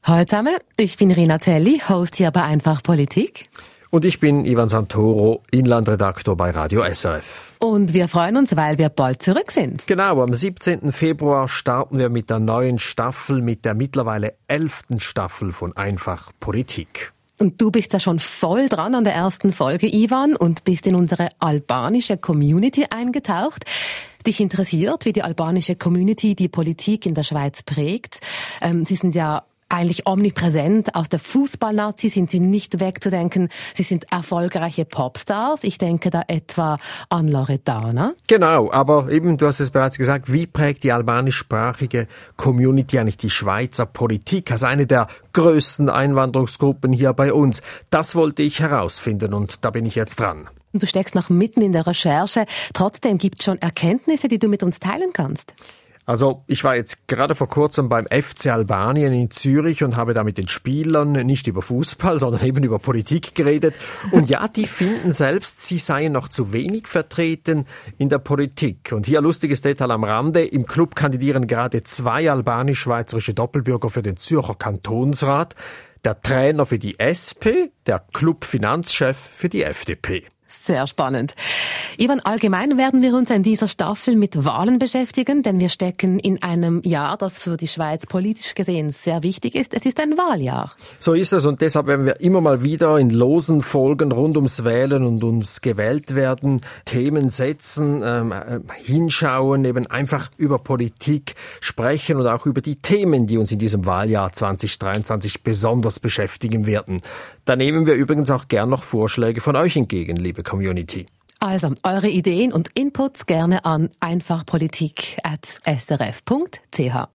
Hallo zusammen, ich bin Rina Telli, Host hier bei Einfach Politik. Und ich bin Ivan Santoro, Inlandredaktor bei Radio SRF. Und wir freuen uns, weil wir bald zurück sind. Genau, am 17. Februar starten wir mit der neuen Staffel, mit der mittlerweile 11. Staffel von Einfach Politik. Und du bist ja schon voll dran an der ersten Folge, Ivan, und bist in unsere albanische Community eingetaucht. Dich interessiert, wie die albanische Community die Politik in der Schweiz prägt. Sie sind ja eigentlich omnipräsent. Aus der Fußballnazi sind sie nicht wegzudenken. Sie sind erfolgreiche Popstars. Ich denke da etwa an Loredana. Genau, aber eben, du hast es bereits gesagt, wie prägt die albanischsprachige Community eigentlich die Schweizer Politik als eine der größten Einwanderungsgruppen hier bei uns? Das wollte ich herausfinden und da bin ich jetzt dran. Du steckst noch mitten in der Recherche. Trotzdem gibt es schon Erkenntnisse, die du mit uns teilen kannst. Also ich war jetzt gerade vor kurzem beim FC Albanien in Zürich und habe da mit den Spielern nicht über Fußball, sondern eben über Politik geredet. Und ja, die finden selbst, sie seien noch zu wenig vertreten in der Politik. Und hier lustiges Detail am Rande. Im Club kandidieren gerade 2 albanisch-schweizerische Doppelbürger für den Zürcher Kantonsrat. Der Trainer für die SP, der Clubfinanzchef für die FDP. Sehr spannend. Ivan, allgemein werden wir uns in dieser Staffel mit Wahlen beschäftigen, denn wir stecken in einem Jahr, das für die Schweiz politisch gesehen sehr wichtig ist. Es ist ein Wahljahr. So ist es und deshalb werden wir immer mal wieder in losen Folgen rund ums Wählen und ums Gewähltwerden Themen setzen, hinschauen, eben einfach über Politik sprechen und auch über die Themen, die uns in diesem Wahljahr 2023 besonders beschäftigen werden. Da nehmen wir übrigens auch gern noch Vorschläge von euch entgegen, liebe Community. Also, eure Ideen und Inputs gerne an einfachpolitik@srf.ch.